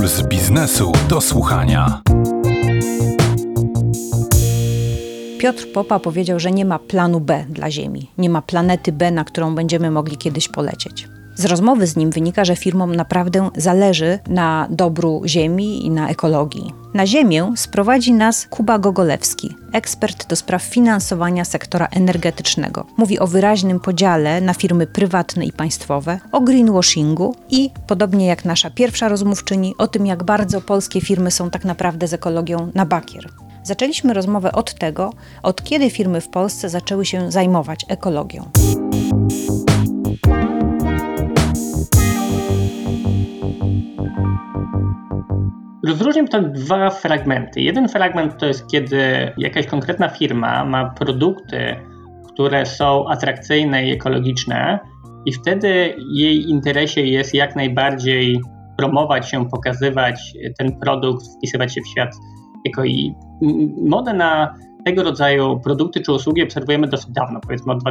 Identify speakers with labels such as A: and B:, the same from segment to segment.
A: z biznesu do słuchania.
B: Piotr Popa powiedział, że nie ma planu B dla Ziemi. Nie ma planety B, na którą będziemy mogli kiedyś polecieć. Z rozmowy z nim wynika, że firmom naprawdę zależy na dobru Ziemi i na ekologii. Na Ziemię sprowadzi nas Kuba Gogolewski, ekspert do spraw finansowania sektora energetycznego. Mówi o wyraźnym podziale na firmy prywatne i państwowe, o greenwashingu i, podobnie jak nasza pierwsza rozmówczyni, o tym, jak bardzo polskie firmy są tak naprawdę z ekologią na bakier. Zaczęliśmy rozmowę od tego, od kiedy firmy w Polsce zaczęły się zajmować ekologią.
C: Rozróżniam tam dwa fragmenty. Jeden fragment to jest, kiedy jakaś konkretna firma ma produkty, które są atrakcyjne i ekologiczne i wtedy jej interesie jest jak najbardziej promować się, pokazywać ten produkt, wpisywać się w świat ekologii. Modę na tego rodzaju produkty czy usługi obserwujemy dosyć dawno, powiedzmy od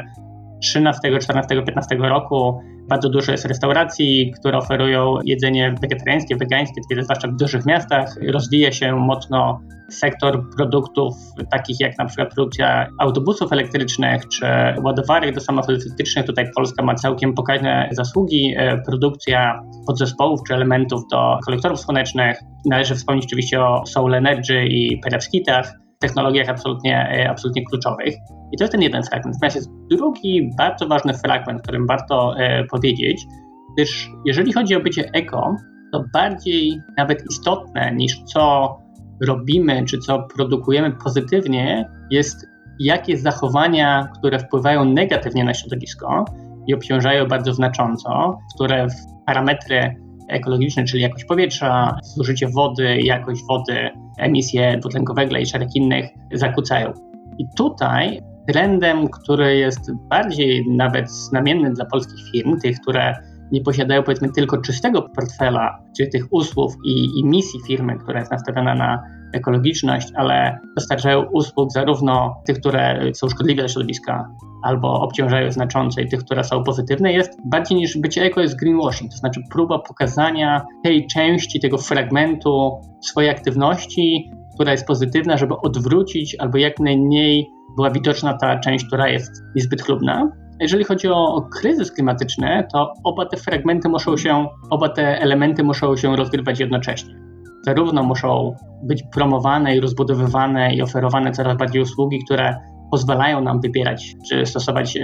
C: 2013, 2014, 2015 roku. Bardzo dużo jest restauracji, które oferują jedzenie wegetariańskie, wegańskie, zwłaszcza w dużych miastach. Rozwija się mocno sektor produktów takich jak na przykład produkcja autobusów elektrycznych czy ładowarek do samochodów elektrycznych. Tutaj Polska ma całkiem pokaźne zasługi. Produkcja podzespołów czy elementów do kolektorów słonecznych. Należy wspomnieć oczywiście o Soul Energy i perovskitach, technologiach absolutnie kluczowych. I to jest ten jeden fragment. Natomiast jest drugi bardzo ważny fragment, o którym warto powiedzieć, gdyż jeżeli chodzi o bycie eko, to bardziej nawet istotne niż co robimy, czy co produkujemy pozytywnie, jest jakie zachowania, które wpływają negatywnie na środowisko i obciążają bardzo znacząco, które w parametry ekologiczne, czyli jakość powietrza, zużycie wody, jakość wody, emisje dwutlenku węgla i szereg innych zakłócają. I tutaj trendem, który jest bardziej nawet znamienny dla polskich firm, tych, które nie posiadają powiedzmy tylko czystego portfela, czy tych usług i misji firmy, która jest nastawiona na ekologiczność, ale dostarczają usług zarówno tych, które są szkodliwe dla środowiska albo obciążają znacząco i tych, które są pozytywne, jest bardziej niż bycie eko jest greenwashing, to znaczy próba pokazania tej części, tego fragmentu swojej aktywności, która jest pozytywna, żeby odwrócić albo jak najmniej była widoczna ta część, która jest niezbyt chlubna. Jeżeli chodzi o kryzys klimatyczny, to oba te elementy muszą się rozgrywać jednocześnie. Zarówno muszą być promowane i rozbudowywane i oferowane coraz bardziej usługi, które pozwalają nam wybierać czy stosować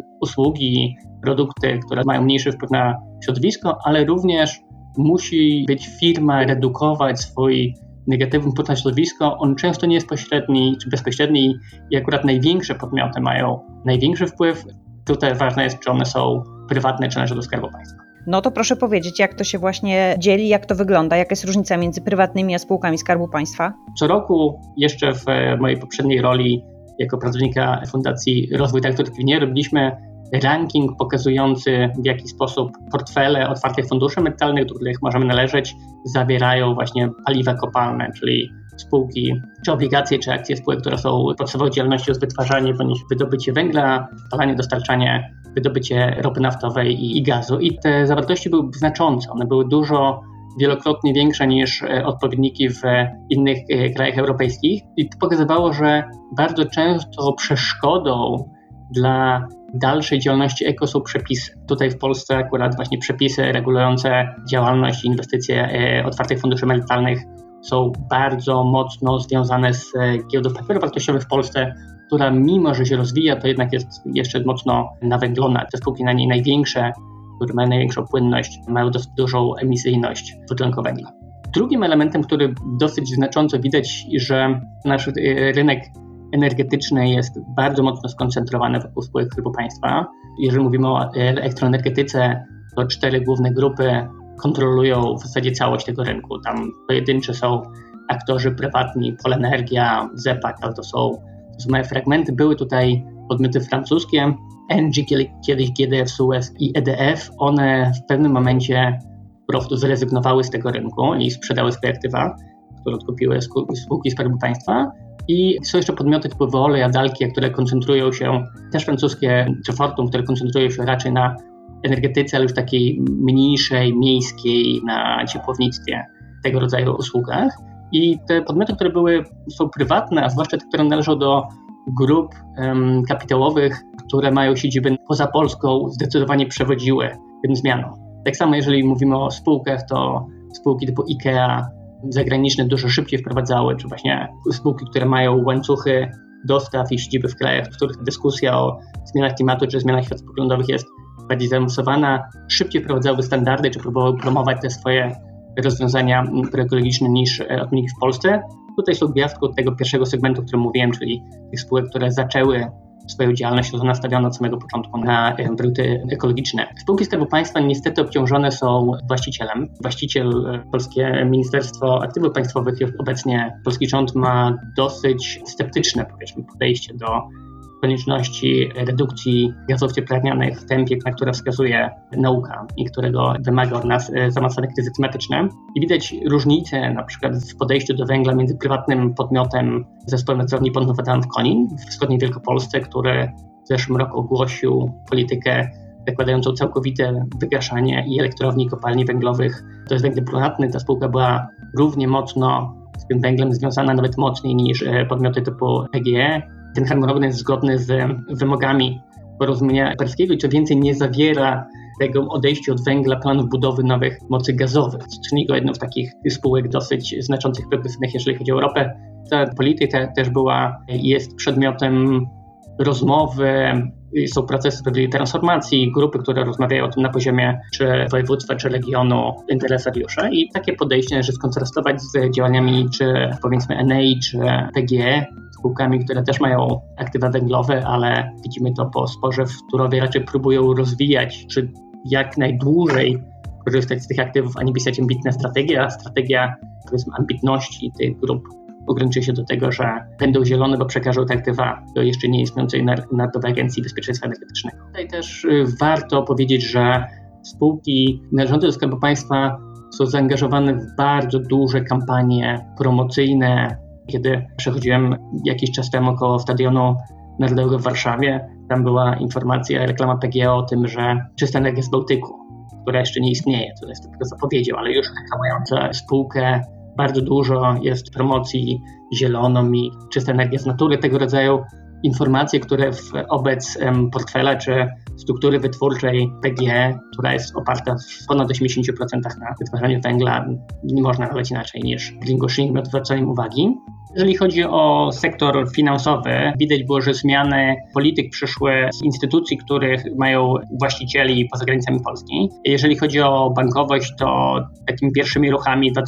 C: usługi, produkty, które mają mniejszy wpływ na środowisko, ale również musi być firma redukować swój negatywny wpływ na środowisko. On często nie jest pośredni czy bezpośredni i akurat największe podmioty mają największy wpływ. Tutaj ważne jest, czy one są prywatne, czy należą do Skarbu Państwa.
B: No to proszę powiedzieć, jak to się właśnie dzieli, jak to wygląda, jaka jest różnica między prywatnymi a spółkami Skarbu Państwa?
C: Co roku, jeszcze w mojej poprzedniej roli jako pracownika Fundacji Rozwój Taktów nie robiliśmy ranking pokazujący, w jaki sposób portfele otwartych funduszy emerytalnych, do których możemy należeć, zawierają właśnie paliwa kopalne, czyli spółki, czy obligacje, czy akcje spółek, które są podstawową działalnością z wytwarzanie bądź wydobycie węgla, spalanie, dostarczanie, wydobycie ropy naftowej i gazu. I te zawartości były znaczące. One były wielokrotnie większe niż odpowiedniki w innych krajach europejskich. I to pokazywało, że bardzo często przeszkodą dla dalszej działalności eko są przepisy. Tutaj w Polsce akurat właśnie przepisy regulujące działalność i inwestycje otwartych funduszy emerytalnych są bardzo mocno związane z giełdą papierów wartościowych w Polsce, która mimo, że się rozwija, to jednak jest jeszcze mocno nawęglona. Te spółki na niej największe, które mają największą płynność, mają dosyć dużą emisyjność dwutlenku węgla. Drugim elementem, który dosyć znacząco widać, że nasz rynek energetyczny jest bardzo mocno skoncentrowany wokół spółek Skarbu Państwa. Jeżeli mówimy o elektroenergetyce, to 4 główne grupy kontrolują w zasadzie całość tego rynku. Tam pojedynczy są aktorzy prywatni, Polenergia, ZE-PAK, ale to są małe fragmenty. Były tutaj podmioty francuskie, ENGIE, kiedyś GDF Suez i EDF. One w pewnym momencie po prostu zrezygnowały z tego rynku i sprzedały swoje aktywa, które odkupiły spółki Skarbu Państwa. I są jeszcze podmioty typu Veolia, Dalkia, które koncentrują się, też francuskie, czy Fortum, które koncentrują się raczej na energetyce, ale już takiej mniejszej, miejskiej, na ciepłownictwie, tego rodzaju usługach. I te podmioty, które są prywatne, a zwłaszcza te, które należą do grup kapitałowych, które mają siedziby poza Polską, zdecydowanie przewodziły tym zmianom. Tak samo jeżeli mówimy o spółkach, to spółki typu IKEA zagraniczne dużo szybciej wprowadzały, czy właśnie spółki, które mają łańcuchy dostaw i siedziby w krajach, w których dyskusja o zmianach klimatu czy zmianach światopoglądowych jest bardziej zaawansowana, szybciej wprowadzały standardy, czy próbowały promować te swoje rozwiązania proekologiczne niż odpowiedniki w Polsce. Tutaj są gwiazdką tego pierwszego segmentu, o którym mówiłem, czyli tych spółek, które zaczęły swoją działalność nastawioną od samego początku na produkty ekologiczne. Spółki Skarbu Państwa niestety obciążone są właścicielem. Właściciel, Polskie Ministerstwo Aktywów Państwowych, już obecnie polski rząd ma dosyć sceptyczne, powiedzmy, podejście do konieczności redukcji gazów cieplarnianych w tempie, na które wskazuje nauka i którego wymaga od nas zaawansowane kryzysy klimatyczne. I widać różnicę na przykład w podejściu do węgla między prywatnym podmiotem Zespołem Elektrowni Pątnowa w Konin w wschodniej Wielkopolsce, który w zeszłym roku ogłosił politykę zakładającą całkowite wygaszanie i elektrowni, kopalni węglowych. To jest węgiel brunatny. Ta spółka była równie mocno z tym węglem związana, nawet mocniej niż podmioty typu PGE. Ten harmonogram jest zgodny z wymogami porozumienia paryskiego i co więcej nie zawiera tego odejścia od węgla planów budowy nowych mocy gazowych. Czyni go jedną z takich spółek dosyć znaczących, progresywnych, jeżeli chodzi o Europę. Ta polityka też jest przedmiotem rozmowy, są procesy sprawiedliwej transformacji, grupy, które rozmawiają o tym na poziomie czy województwa, czy regionu, interesariusze i takie podejście należy skontrastować z działaniami czy powiedzmy Enei, czy PGE, spółkami, które też mają aktywa węglowe, ale widzimy to po sporze w Turowie, raczej próbują rozwijać, czy jak najdłużej korzystać z tych aktywów, a nie pisać ambitna strategia. Strategia, powiedzmy, ambitności tych grup ograniczy się do tego, że będą zielone, bo przekażą te aktywa do jeszcze nieistniejącej Narodowej Agencji Bezpieczeństwa Energetycznego. Tutaj też warto powiedzieć, że spółki należące do Skarbu Państwa są zaangażowane w bardzo duże kampanie promocyjne. Kiedy przechodziłem jakiś czas temu koło Stadionu Narodowego w Warszawie, tam była informacja, reklama PGE o tym, że czysta energia z Bałtyku, która jeszcze nie istnieje, to jest tylko zapowiedzią, ale już reklamująca spółkę. Bardzo dużo jest promocji zieloną i czysta energia z natury, tego rodzaju informacje, które wobec portfela czy struktury wytwórczej PGE, która jest oparta w ponad 80% na wytwarzaniu węgla, nie można nazwać inaczej niż greenwashingiem, odwracaniem uwagi. Jeżeli chodzi o sektor finansowy, widać było, że zmiany polityk przyszły z instytucji, których mają właścicieli poza granicami Polski. Jeżeli chodzi o bankowość, to takimi pierwszymi ruchami w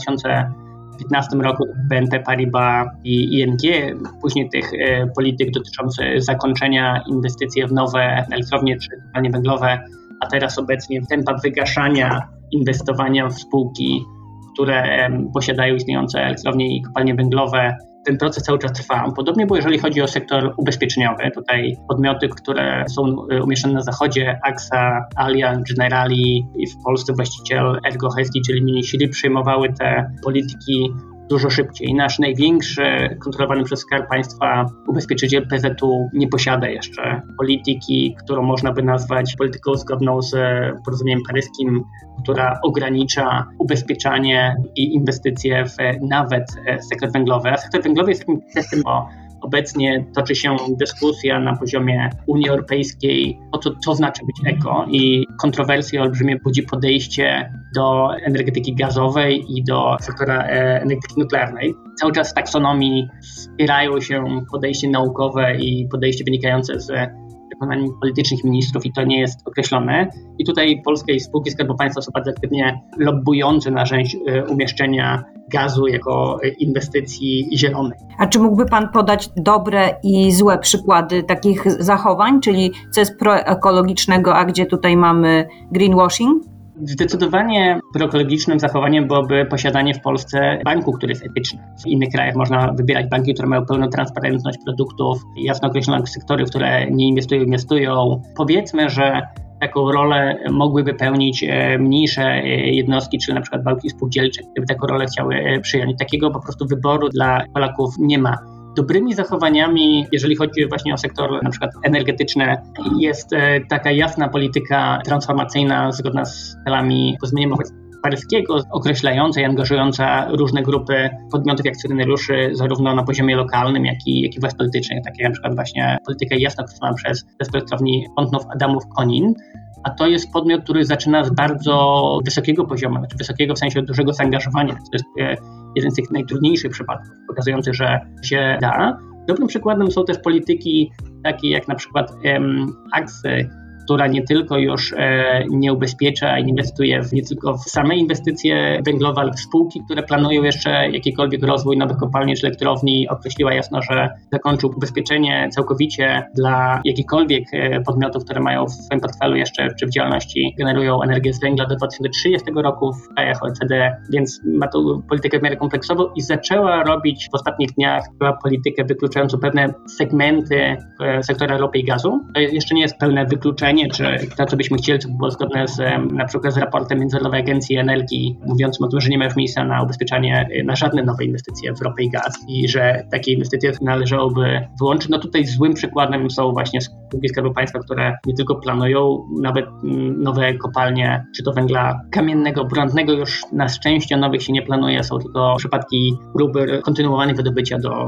C: 2015 roku BNP Paribas i ING, później tych polityk dotyczących zakończenia inwestycji w nowe elektrownie czy kopalnie węglowe, a teraz obecnie tempa wygaszania inwestowania w spółki, które posiadają istniejące elektrownie i kopalnie węglowe. Ten proces cały czas trwa. Podobnie było, jeżeli chodzi o sektor ubezpieczeniowy. Tutaj podmioty, które są umieszczone na zachodzie, AXA, Allianz, Generali i w Polsce właściciel Ergo Hestii, czyli Minisili, przyjmowały te polityki dużo szybciej. Nasz największy, kontrolowany przez Skarb Państwa ubezpieczyciel PZU nie posiada jeszcze polityki, którą można by nazwać polityką zgodną z porozumieniem paryskim, która ogranicza ubezpieczanie i inwestycje w nawet sektor węglowy. A sektor węglowy jest takim testem, bo obecnie toczy się dyskusja na poziomie Unii Europejskiej o to, co znaczy być eko i kontrowersje olbrzymie budzi podejście do energetyki gazowej i do sektora energetyki nuklearnej. Cały czas w taksonomii wspierają się podejście naukowe i podejście wynikające z przekonań politycznych ministrów i to nie jest określone. I tutaj polskie spółki Skarbu Państwa są bardzo aktywnie lobbujące na rzecz umieszczenia gazu jako inwestycji zielonej.
B: A czy mógłby Pan podać dobre i złe przykłady takich zachowań, czyli co jest proekologicznego, a gdzie tutaj mamy greenwashing?
C: Zdecydowanie proekologicznym zachowaniem byłoby posiadanie w Polsce banku, który jest etyczny. W innych krajach można wybierać banki, które mają pełną transparentność produktów, jasno określone sektory, które nie inwestują. Powiedzmy, że taką rolę mogłyby pełnić mniejsze jednostki, czy na przykład banki spółdzielcze, gdyby taką rolę chciały przyjąć. Takiego po prostu wyboru dla Polaków nie ma. Dobrymi zachowaniami, jeżeli chodzi właśnie o sektor na przykład energetyczny, jest taka jasna polityka transformacyjna zgodna z celami porozumienia paryskiego, określająca i angażująca różne grupy podmiotów i akcjonariuszy zarówno na poziomie lokalnym, jak i władz politycznych, takie jak na przykład właśnie polityka jasno określona przez elektrowni Pątnów-Adamów-Konin. A to jest podmiot, który zaczyna z bardzo wysokiego poziomu, znaczy wysokiego w sensie dużego zaangażowania. To jest jeden z tych najtrudniejszych przypadków, pokazujący, że się da. Dobrym przykładem są też polityki takie jak na przykład AXY, która nie tylko już nie ubezpiecza i inwestuje nie tylko w same inwestycje węglowe, ale w spółki, które planują jeszcze jakikolwiek rozwój nowych kopalni czy elektrowni. Określiła jasno, że zakończył ubezpieczenie całkowicie dla jakichkolwiek podmiotów, które mają w swoim portfelu jeszcze czy w działalności generują energię z węgla do 2030 roku w krajach OECD, więc ma tu politykę w miarę kompleksową i zaczęła robić w ostatnich dniach politykę wykluczającą pewne segmenty sektora ropy i gazu. To jeszcze nie jest pełne wykluczenie, czy to, co byśmy chcieli, co by było zgodne z na przykład z raportem Międzynarodowej Agencji Energii, mówiącym o tym, że nie ma już miejsca na ubezpieczanie na żadne nowe inwestycje w ropę i gaz i że takie inwestycje należałoby wyłączyć. No tutaj złym przykładem są właśnie spółki Skarbu Państwa, które nie tylko planują nawet nowe kopalnie, czy to węgla kamiennego, brunatnego już na szczęście nowych się nie planuje, są tylko przypadki próby kontynuowania wydobycia do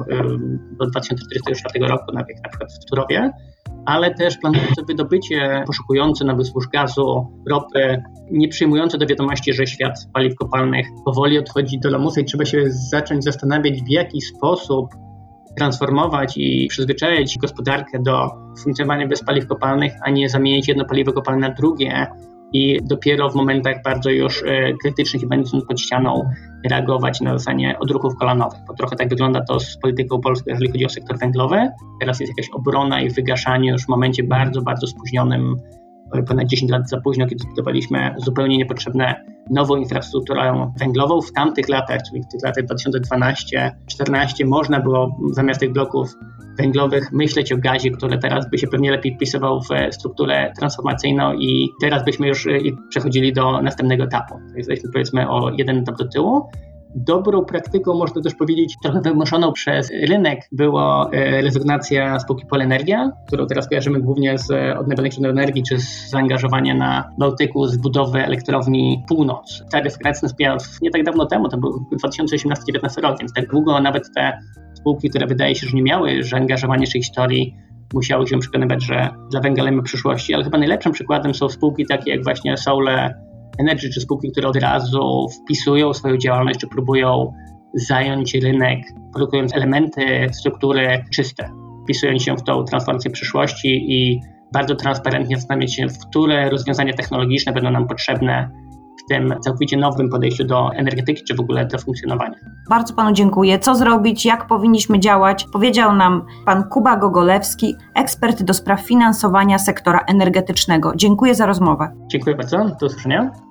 C: 2044 roku, jak na przykład w Turowie, ale też planujące wydobycie, poszukujące nowych złóż gazu, ropy, nie przyjmujące do wiadomości, że świat paliw kopalnych powoli odchodzi do lamusa i trzeba się zacząć zastanawiać, w jaki sposób transformować i przyzwyczaić gospodarkę do funkcjonowania bez paliw kopalnych, a nie zamienić jedno paliwo kopalne na drugie i dopiero w momentach bardzo już krytycznych i będąc pod ścianą reagować na zasadzie odruchów kolanowych. Bo trochę tak wygląda to z polityką polską, jeżeli chodzi o sektor węglowy. Teraz jest jakaś obrona i wygaszanie już w momencie bardzo, bardzo spóźnionym, ponad 10 lat za późno, kiedy zbudowaliśmy zupełnie niepotrzebne nową infrastrukturę węglową. W tamtych latach, czyli w tych latach 2012-2014 można było zamiast tych bloków węglowych myśleć o gazie, który teraz by się pewnie lepiej wpisywał w strukturę transformacyjną i teraz byśmy już przechodzili do następnego etapu. Jesteśmy powiedzmy o jeden etap do tyłu. Dobrą praktyką, można też powiedzieć, trochę wymuszoną przez rynek była rezygnacja spółki Polenergia, którą teraz kojarzymy głównie z odnawialnych źródeł energii, czy z zaangażowania na Bałtyku z budowy elektrowni Północ. Taryf Krasny spijał nie tak dawno temu, to był 2018-2019 rok, więc tak długo nawet te spółki, które wydaje się, że nie miały zaangażowania naszej historii, musiały się przekonywać, że dla węgla nie ma przyszłości, ale chyba najlepszym przykładem są spółki takie jak właśnie Soule Energy, czy spółki, które od razu wpisują swoją działalność, czy próbują zająć rynek, produkując elementy struktury czyste, wpisując się w tą transformację przyszłości i bardzo transparentnie zastanawiać się, które rozwiązania technologiczne będą nam potrzebne w tym całkowicie nowym podejściu do energetyki, czy w ogóle do funkcjonowania.
B: Bardzo panu dziękuję. Co zrobić, jak powinniśmy działać? Powiedział nam pan Kuba Gogolewski, ekspert do spraw finansowania sektora energetycznego. Dziękuję za rozmowę.
C: Dziękuję bardzo. Do usłyszenia.